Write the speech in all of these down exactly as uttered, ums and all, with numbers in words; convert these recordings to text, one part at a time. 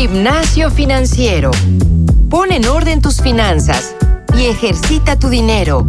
Gimnasio Financiero. Pon en orden tus finanzas y ejercita tu dinero.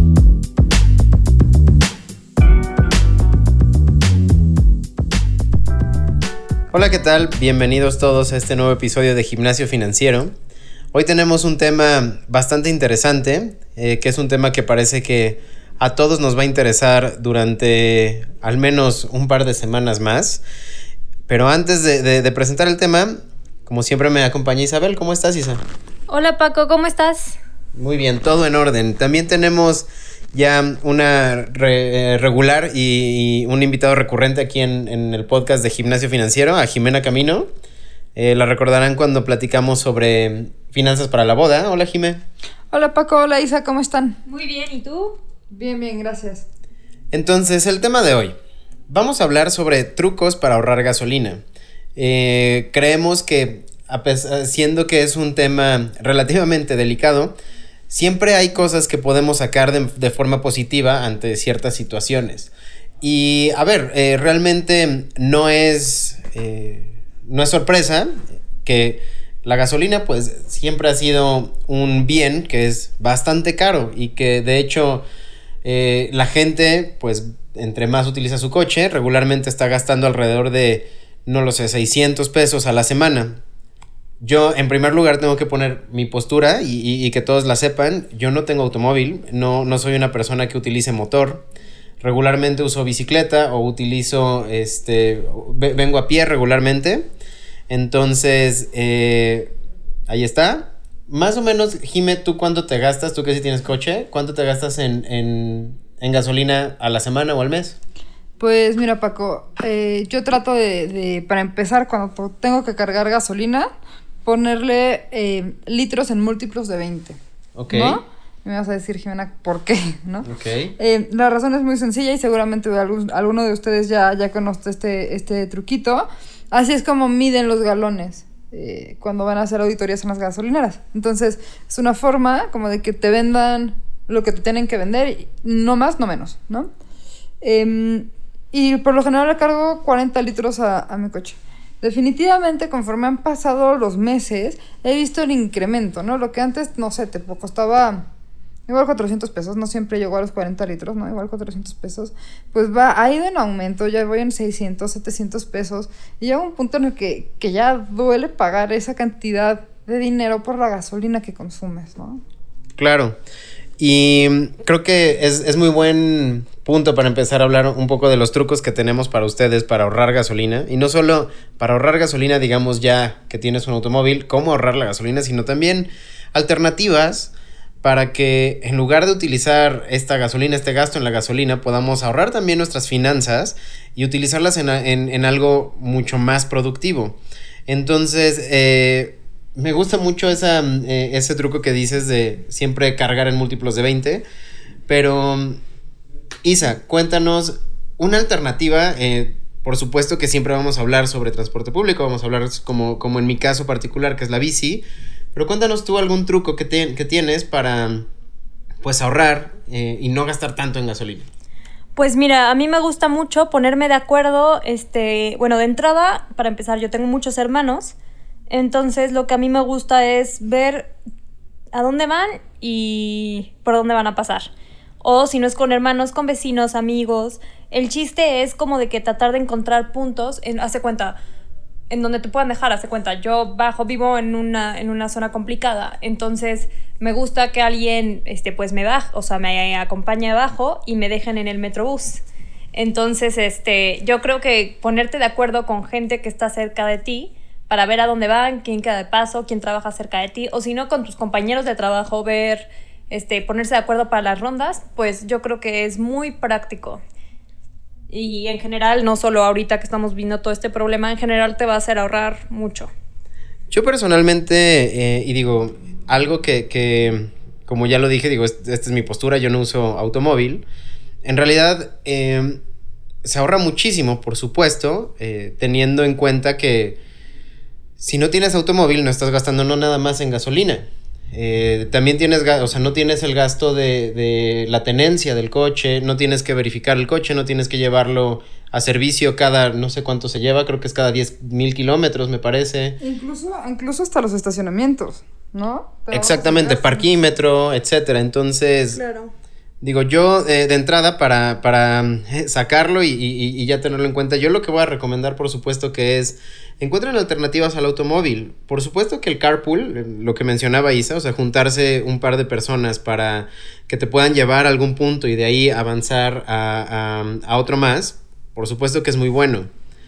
Hola, ¿qué tal? Bienvenidos todos a este nuevo episodio de Gimnasio Financiero. Hoy tenemos un tema bastante interesante, eh, que es un tema que parece que a todos nos va a interesar durante al menos un par de semanas más. Pero antes de, de, de presentar el tema, como siempre me acompaña Isabel. ¿Cómo estás, Isa? Hola, Paco, ¿cómo estás? Muy bien, todo en orden. También tenemos ya una re, eh, regular y, y un invitado recurrente aquí en, en el podcast de Gimnasio Financiero, a Jimena Camino. Eh, la recordarán cuando platicamos sobre finanzas para la boda. Hola, Jimé. Hola, Paco. Hola, Isa. ¿Cómo están? Muy bien, ¿y tú? Bien, bien, gracias. Entonces, el tema de hoy. Vamos a hablar sobre trucos para ahorrar gasolina. Eh, creemos que, a pesar, siendo que es un tema relativamente delicado, siempre hay cosas que podemos sacar de, de forma positiva ante ciertas situaciones. Y, a ver, eh, realmente no es, eh, no es sorpresa que la gasolina, pues, siempre ha sido un bien que es bastante caro y que, de hecho, eh, la gente, pues, entre más utiliza su coche, regularmente está gastando alrededor de, no lo sé, seiscientos pesos a la semana. Yo, en primer lugar, tengo que poner mi postura y, y, y que todos la sepan. Yo no tengo automóvil, no, no soy una persona que utilice motor. Regularmente uso bicicleta o utilizo, este, vengo a pie regularmente. Entonces, eh, ahí está. Más o menos, Jime, ¿tú cuánto te gastas? Tú que sí tienes coche, ¿cuánto te gastas en, en, en gasolina a la semana o al mes? Pues mira, Paco, eh, yo trato de, de, para empezar, cuando tengo que cargar gasolina, ponerle eh, litros en múltiplos de veinte. Ok. ¿No? Y me vas a decir, Jimena, ¿por qué? ¿No? Ok. Eh, la razón es muy sencilla y seguramente algún, alguno de ustedes ya, ya conoce este, este truquito. Así es como miden los galones eh, cuando van a hacer auditorías en las gasolineras. Entonces, es una forma como de que te vendan lo que te tienen que vender, no más, no menos, ¿no? Eh, y por lo general le cargo cuarenta litros a, a mi coche. Definitivamente, conforme han pasado los meses, he visto el incremento, ¿no? Lo que antes, no sé, te costaba igual cuatrocientos pesos, no siempre llegó a los cuarenta litros, ¿no? Igual cuatrocientos pesos, pues va, ha ido en aumento, ya voy en seiscientos, setecientos pesos, y llega un punto en el que, que ya duele pagar esa cantidad de dinero por la gasolina que consumes, ¿no? Claro, y creo que es, es muy buen punto para empezar a hablar un poco de los trucos que tenemos para ustedes para ahorrar gasolina, y no solo para ahorrar gasolina, digamos ya que tienes un automóvil, cómo ahorrar la gasolina, sino también alternativas para que en lugar de utilizar esta gasolina, este gasto en la gasolina, podamos ahorrar también nuestras finanzas y utilizarlas en, en, en algo mucho más productivo. Entonces, eh, me gusta mucho esa, eh, ese truco que dices de siempre cargar en múltiplos de veinte, pero Isa, cuéntanos una alternativa. Eh, por supuesto que siempre vamos a hablar sobre transporte público, vamos a hablar como, como en mi caso particular, que es la bici. Pero cuéntanos tú algún truco que, te, que tienes para, pues, ahorrar eh, y no gastar tanto en gasolina. Pues mira, a mí me gusta mucho ponerme de acuerdo, este, bueno, de entrada, para empezar, yo tengo muchos hermanos, entonces lo que a mí me gusta es ver a dónde van y por dónde van a pasar. O si no es con hermanos, con vecinos, amigos. El chiste es como de que tratar de encontrar puntos, en, hace cuenta, en donde te puedan dejar, hace cuenta, yo bajo, vivo en una, en una zona complicada, entonces me gusta que alguien, este, pues me baje, o sea, me acompañe abajo y me dejen en el metrobús. Entonces, este, yo creo que ponerte de acuerdo con gente que está cerca de ti para ver a dónde van, quién queda de paso, quién trabaja cerca de ti, o si no, con tus compañeros de trabajo, ver, este, ponerse de acuerdo para las rondas, pues yo creo que es muy práctico. Y en general, no solo ahorita que estamos viendo todo este problema, en general te va a hacer ahorrar mucho. Yo personalmente, eh, y digo, algo que, que, como ya lo dije, digo, esta es mi postura, yo no uso automóvil. En realidad, eh, se ahorra muchísimo, por supuesto, eh, teniendo en cuenta que si no tienes automóvil, no estás gastando no nada más en gasolina. Eh, también tienes, o sea, no tienes el gasto de, de la tenencia del coche, no tienes que verificar el coche, no tienes que llevarlo a servicio cada, no sé cuánto se lleva, creo que es cada diez mil kilómetros, me parece. Incluso, incluso hasta los estacionamientos, ¿no? Exactamente, parquímetro, etcétera. Entonces, Claro. digo, yo eh, de entrada para, para eh, sacarlo y, y, y ya tenerlo en cuenta, yo lo que voy a recomendar, por supuesto, que es encuentren alternativas al automóvil. Por supuesto que el carpool, lo que mencionaba Isa, o sea, juntarse un par de personas para que te puedan llevar a algún punto y de ahí avanzar a, a, a otro más, por supuesto que es muy bueno.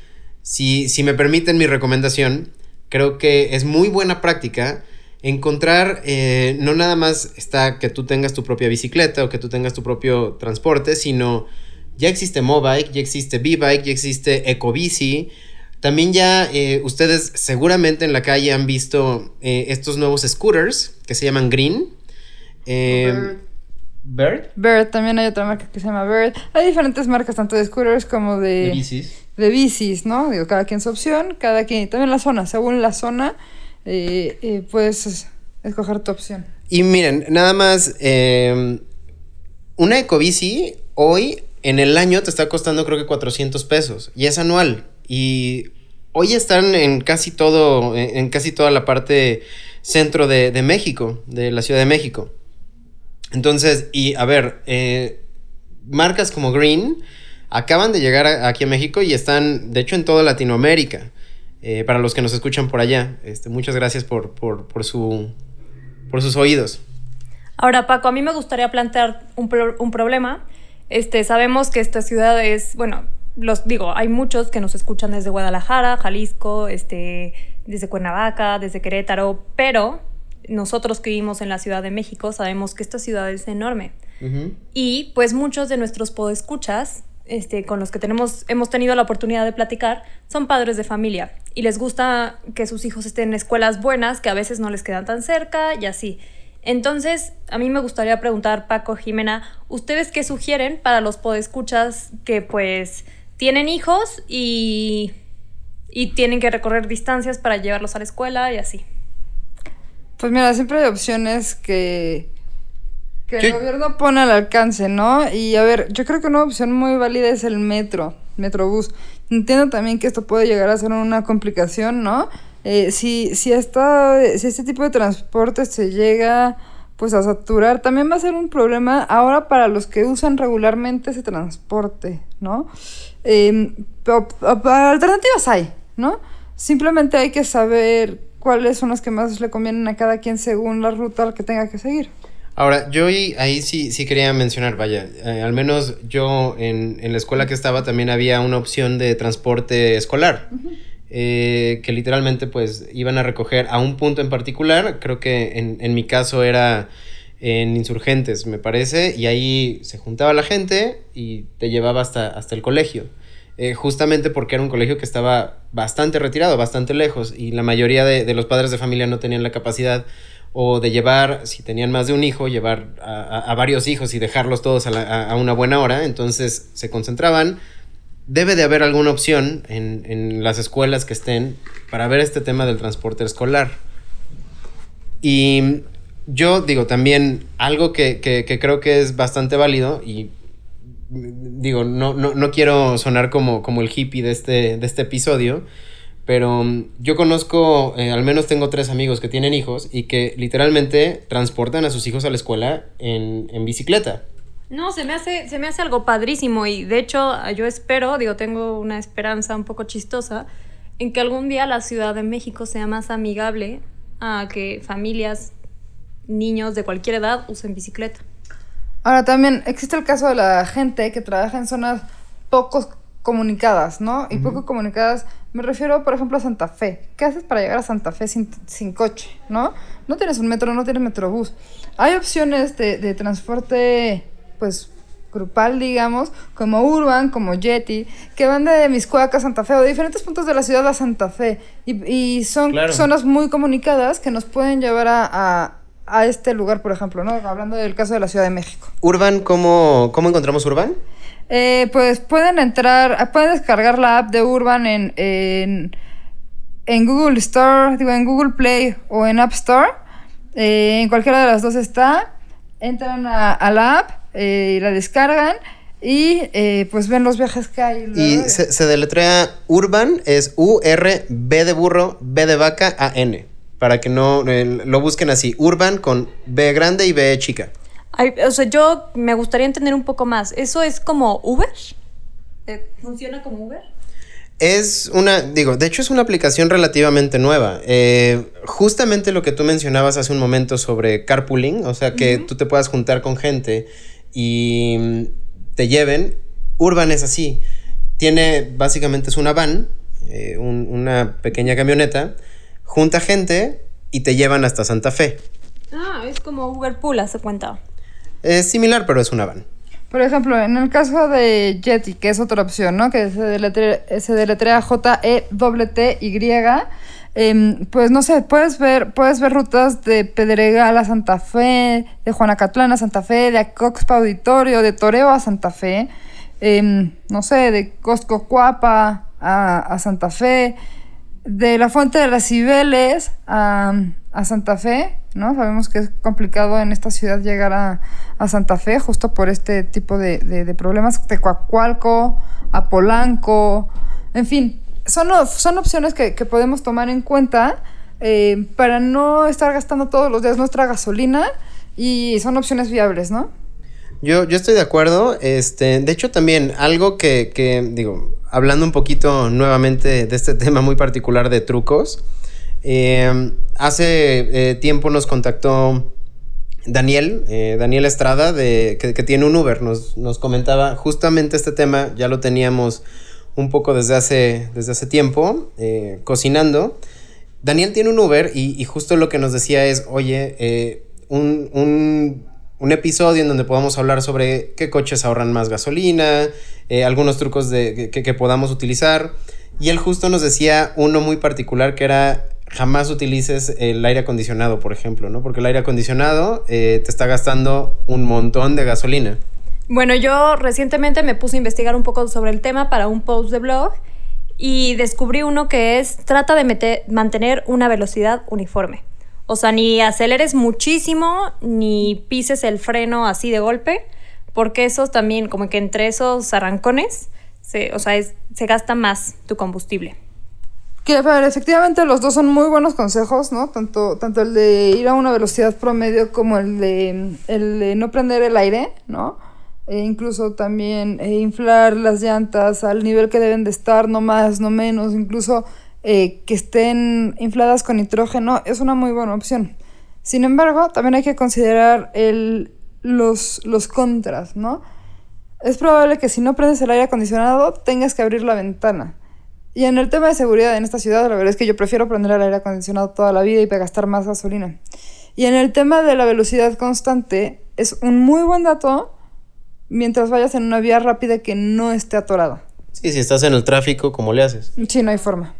Si, si me permiten mi recomendación, creo que es muy buena práctica encontrar, eh, no nada más está que tú tengas tu propia bicicleta o que tú tengas tu propio transporte, sino ya existe Mobike, ya existe B-Bike, ya existe Ecobici. También ya eh, ustedes seguramente en la calle han visto eh, estos nuevos scooters que se llaman Green. Eh, Bird. Bird. Bird, también hay otra marca que se llama Bird. Hay diferentes marcas, tanto de scooters como de... De bicis. De bicis, ¿no? Digo, cada quien su opción, cada quien... También la zona, según la zona, eh, eh, puedes escoger tu opción. Y miren, nada más, eh, una Ecobici hoy en el año te está costando creo que cuatrocientos pesos y es anual. Y hoy están en casi todo, en casi toda la parte centro de, de México, de la Ciudad de México. Entonces, y a ver, eh, marcas como Green acaban de llegar a, aquí a México y están, de hecho, en toda Latinoamérica. Eh, para los que nos escuchan por allá, este, muchas gracias por, por, por, su, por sus oídos. Ahora, Paco, a mí me gustaría plantear un, pro- un problema. Este, sabemos que esta ciudad es, bueno, los digo, hay muchos que nos escuchan desde Guadalajara, Jalisco, este, desde Cuernavaca, desde Querétaro, pero nosotros que vivimos en la Ciudad de México sabemos que esta ciudad es enorme. Uh-huh. Y pues muchos de nuestros podescuchas, este, con los que tenemos, hemos tenido la oportunidad de platicar, son padres de familia y les gusta que sus hijos estén en escuelas buenas, que a veces no les quedan tan cerca y así. Entonces, a mí me gustaría preguntar, Paco, Jimena, ¿ustedes qué sugieren para los podescuchas que pues tienen hijos y, y tienen que recorrer distancias para llevarlos a la escuela y así? Pues mira, siempre hay opciones que, que el Sí. gobierno pone al alcance, ¿no? Y a ver, yo creo que una opción muy válida es el metro, Metrobús. Entiendo también que esto puede llegar a ser una complicación, ¿no? Eh, si, si, esta, si este tipo de transporte se llega pues a saturar, también va a ser un problema ahora para los que usan regularmente ese transporte, ¿no? Eh, pero, pero alternativas hay, ¿no? Simplemente hay que saber cuáles son las que más le convienen a cada quien según la ruta que tenga que seguir. Ahora, yo ahí, ahí sí, sí quería mencionar, vaya, eh, al menos yo en, en la escuela que estaba también había una opción de transporte escolar. Uh-huh. Eh, que literalmente pues iban a recoger a un punto en particular, creo que en, en mi caso era en Insurgentes, me parece, y ahí se juntaba la gente y te llevaba hasta, hasta el colegio, eh, justamente porque era un colegio que estaba bastante retirado, bastante lejos, y la mayoría de, de los padres de familia no tenían la capacidad o de llevar, si tenían más de un hijo, llevar a, a, a varios hijos y dejarlos todos a, la, a, a una buena hora, entonces se concentraban. Debe de haber alguna opción en, en las escuelas que estén para ver este tema del transporte escolar. Y yo digo también algo que, que, que creo que es bastante válido y digo, no, no, no quiero sonar como, como el hippie de este, de este episodio, pero yo conozco, eh, al menos tengo tres amigos que tienen hijos y que literalmente transportan a sus hijos a la escuela en, en bicicleta. No, se me hace, se me hace algo padrísimo y de hecho yo espero, digo, tengo una esperanza un poco chistosa en que algún día la Ciudad de México sea más amigable a que familias, niños de cualquier edad usen bicicleta. Ahora también existe el caso de la gente que trabaja en zonas poco comunicadas, ¿no? Y uh-huh. poco comunicadas, me refiero, por ejemplo, a Santa Fe. ¿Qué haces para llegar a Santa Fe sin, sin coche, no? No tienes un metro, no tienes metrobús. Hay opciones de, de transporte pues grupal, digamos, como Urban, como Yeti, que van de Miscuac a Santa Fe o de diferentes puntos de la ciudad a Santa Fe y, y son claro. zonas muy comunicadas que nos pueden llevar a, a, a este lugar, por ejemplo, ¿no? Hablando del caso de la Ciudad de México. Urban, ¿cómo, cómo encontramos Urban? Eh, pues pueden entrar, pueden descargar la app de Urban en, en, en Google Store, digo, en Google Play o en App Store. Eh, en cualquiera de las dos está. Entran a, a la app, eh, la descargan y eh, pues ven los viajes que hay. Y se, se deletrea Urban, es U R B de burro, B de vaca, A N. Para que no eh, lo busquen así. Urban con B grande y B chica. Ay, o sea, yo me gustaría entender un poco más. ¿Eso es como Uber? ¿Funciona como Uber? Es una, digo, de hecho es una aplicación relativamente nueva. Eh, justamente lo que tú mencionabas hace un momento sobre carpooling, o sea, que uh-huh. tú te puedas juntar con gente y te lleven. Urban es así. Tiene, básicamente es una van, eh, un, una pequeña camioneta, junta gente y te llevan hasta Santa Fe. Ah, es como Uber Pool, hace cuenta. Es similar, pero es una van. Por ejemplo, en el caso de Yeti, que es otra opción, ¿no? Que se deletrea, se deletrea J E T T Y, eh, pues no sé, puedes ver, puedes ver rutas de Pedregal a Santa Fe, de Juanacatlán a Santa Fe, de Acoxpa Auditorio, de Toreo a Santa Fe, eh, no sé, de Coscocuapa a, a Santa Fe, de la Fuente de las Cibeles a, a Santa Fe, ¿no? Sabemos que es complicado en esta ciudad llegar a, a Santa Fe justo por este tipo de, de, de problemas. De Coacualco a Polanco, en fin, son, son opciones que, que podemos tomar en cuenta eh, para no estar gastando todos los días nuestra gasolina, y son opciones viables, ¿no? Yo, yo estoy de acuerdo. Este, de hecho, también algo que, que, digo, hablando un poquito nuevamente de este tema muy particular de trucos, eh, hace eh, tiempo nos contactó Daniel, eh, Daniel Estrada, de, que, que tiene un Uber. Nos, nos comentaba justamente este tema, ya lo teníamos un poco desde hace, desde hace tiempo, eh, cocinando. Daniel tiene un Uber y, y justo lo que nos decía es, oye, eh, un... un Un episodio en donde podamos hablar sobre qué coches ahorran más gasolina, eh, algunos trucos de, que, que podamos utilizar. Y él justo nos decía uno muy particular, que era jamás utilices el aire acondicionado, por ejemplo, ¿no? Porque el aire acondicionado eh, te está gastando un montón de gasolina. Bueno, yo recientemente me puse a investigar un poco sobre el tema para un post de blog y descubrí uno que es, trata de meter, mantener una velocidad uniforme. O sea, ni aceleres muchísimo, ni pises el freno así de golpe, porque eso también, como que entre esos arrancones, se, o sea, es, se gasta más tu combustible. Que a ver, efectivamente los dos son muy buenos consejos, ¿no? Tanto, tanto el de ir a una velocidad promedio como el de, el de no prender el aire, ¿no? E incluso también eh, inflar las llantas al nivel que deben de estar, no más, no menos, incluso... Eh, que estén infladas con nitrógeno, es una muy buena opción. Sin embargo, también hay que considerar el, los, los contras, ¿no? Es probable que si no prendes el aire acondicionado tengas que abrir la ventana. Y en el tema de seguridad en esta ciudad, la verdad es que yo prefiero prender el aire acondicionado toda la vida y gastar más gasolina. Y en el tema de la velocidad constante, es un muy buen dato mientras vayas en una vía rápida que no esté atorada. Sí, si estás en el tráfico, ¿cómo le haces? Sí, no hay forma.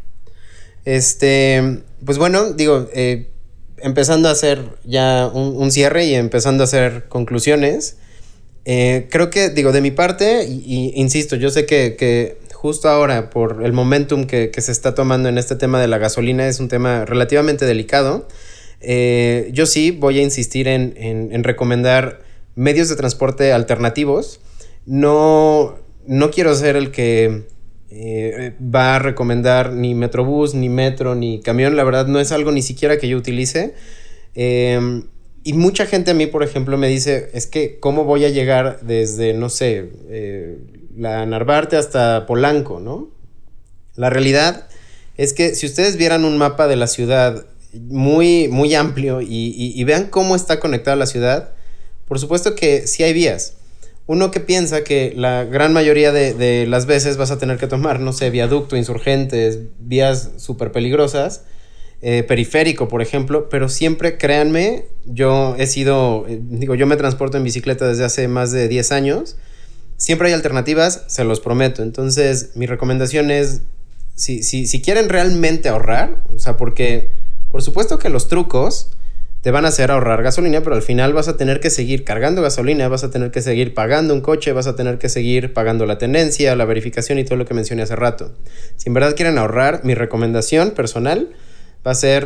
Este, pues bueno, digo, eh, empezando a hacer ya un, un cierre y empezando a hacer conclusiones, eh, creo que, digo, de mi parte, y, y insisto, yo sé que, que justo ahora, por el momentum que, que se está tomando en este tema de la gasolina, es un tema relativamente delicado. Eh, yo sí voy a insistir en, en, en recomendar medios de transporte alternativos. No, no quiero ser el que... Eh, va a recomendar ni Metrobús, ni metro, ni camión. La verdad no es algo ni siquiera que yo utilice. Eh, y mucha gente a mí, por ejemplo, me dice, es que ¿cómo voy a llegar desde, no sé, eh, la Narvarte hasta Polanco, ¿no? La realidad es que si ustedes vieran un mapa de la ciudad muy, muy amplio y, y, y vean cómo está conectada la ciudad, por supuesto que sí hay vías. Uno que piensa que la gran mayoría de, de las veces vas a tener que tomar, no sé, viaducto, Insurgentes, vías súper peligrosas, eh, periférico, por ejemplo, pero siempre, créanme, yo he sido, eh, digo, yo me transporto en bicicleta desde hace más de diez años, siempre hay alternativas, se los prometo. Entonces, mi recomendación es, si, si, si quieren realmente ahorrar, o sea, porque, por supuesto que los trucos te van a hacer ahorrar gasolina, pero al final vas a tener que seguir cargando gasolina, vas a tener que seguir pagando un coche, vas a tener que seguir pagando la tenencia, la verificación y todo lo que mencioné hace rato. Si en verdad quieren ahorrar, mi recomendación personal va a ser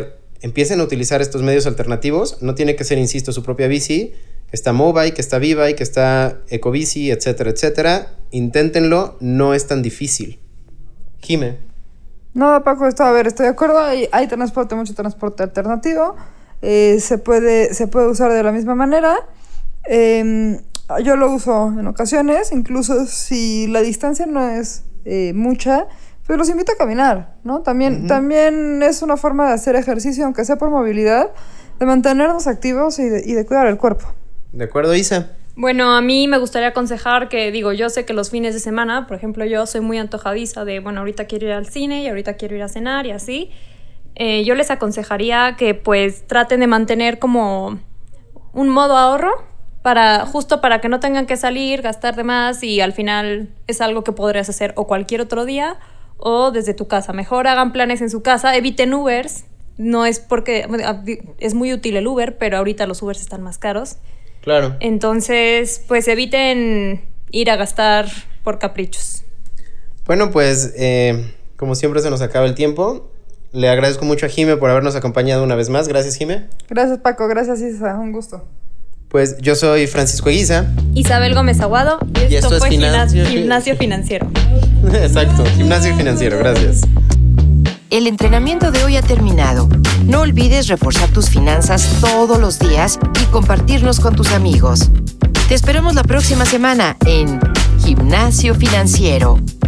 empiecen a utilizar estos medios alternativos. No tiene que ser, insisto, su propia bici. Está Mobike, que está Vivike, que está Ecobici, etcétera, etcétera. Inténtenlo, no es tan difícil. Jime. No, Paco, esto, a ver, estoy de acuerdo. Hay, hay transporte, mucho transporte alternativo. Eh, se, puede, se puede usar de la misma manera. Eh, yo lo uso en ocasiones, incluso si la distancia no es eh, mucha. Pues los invito a caminar, ¿no? También, uh-huh. también es una forma de hacer ejercicio, aunque sea por movilidad, de mantenernos activos y de, y de cuidar el cuerpo. ¿De acuerdo, Isa? Bueno, a mí me gustaría aconsejar que, digo, yo sé que los fines de semana, por ejemplo, yo soy muy antojadiza de, bueno, ahorita quiero ir al cine y ahorita quiero ir a cenar y así. Eh, yo les aconsejaría que, pues, traten de mantener como un modo ahorro, para, justo para que no tengan que salir, gastar de más y al final es algo que podrías hacer o cualquier otro día o desde tu casa. Mejor hagan planes en su casa, eviten Ubers. No es porque es muy útil el Uber, pero ahorita los Ubers están más caros. Claro. Entonces, pues eviten ir a gastar por caprichos. Bueno, pues eh, como siempre se nos acaba el tiempo. Le agradezco mucho a Jime por habernos acompañado una vez más. Gracias, Jime. Gracias, Paco. Gracias, Isa. Un gusto. Pues yo soy Francisco Eguiza. Isabel Gómez Aguado. Y esto, y esto fue es Gimnasio, Gimnasio Financiero. Exacto, Gimnasio Financiero. Gracias. El entrenamiento de hoy ha terminado. No olvides reforzar tus finanzas todos los días y compartirnos con tus amigos. Te esperamos la próxima semana en Gimnasio Financiero.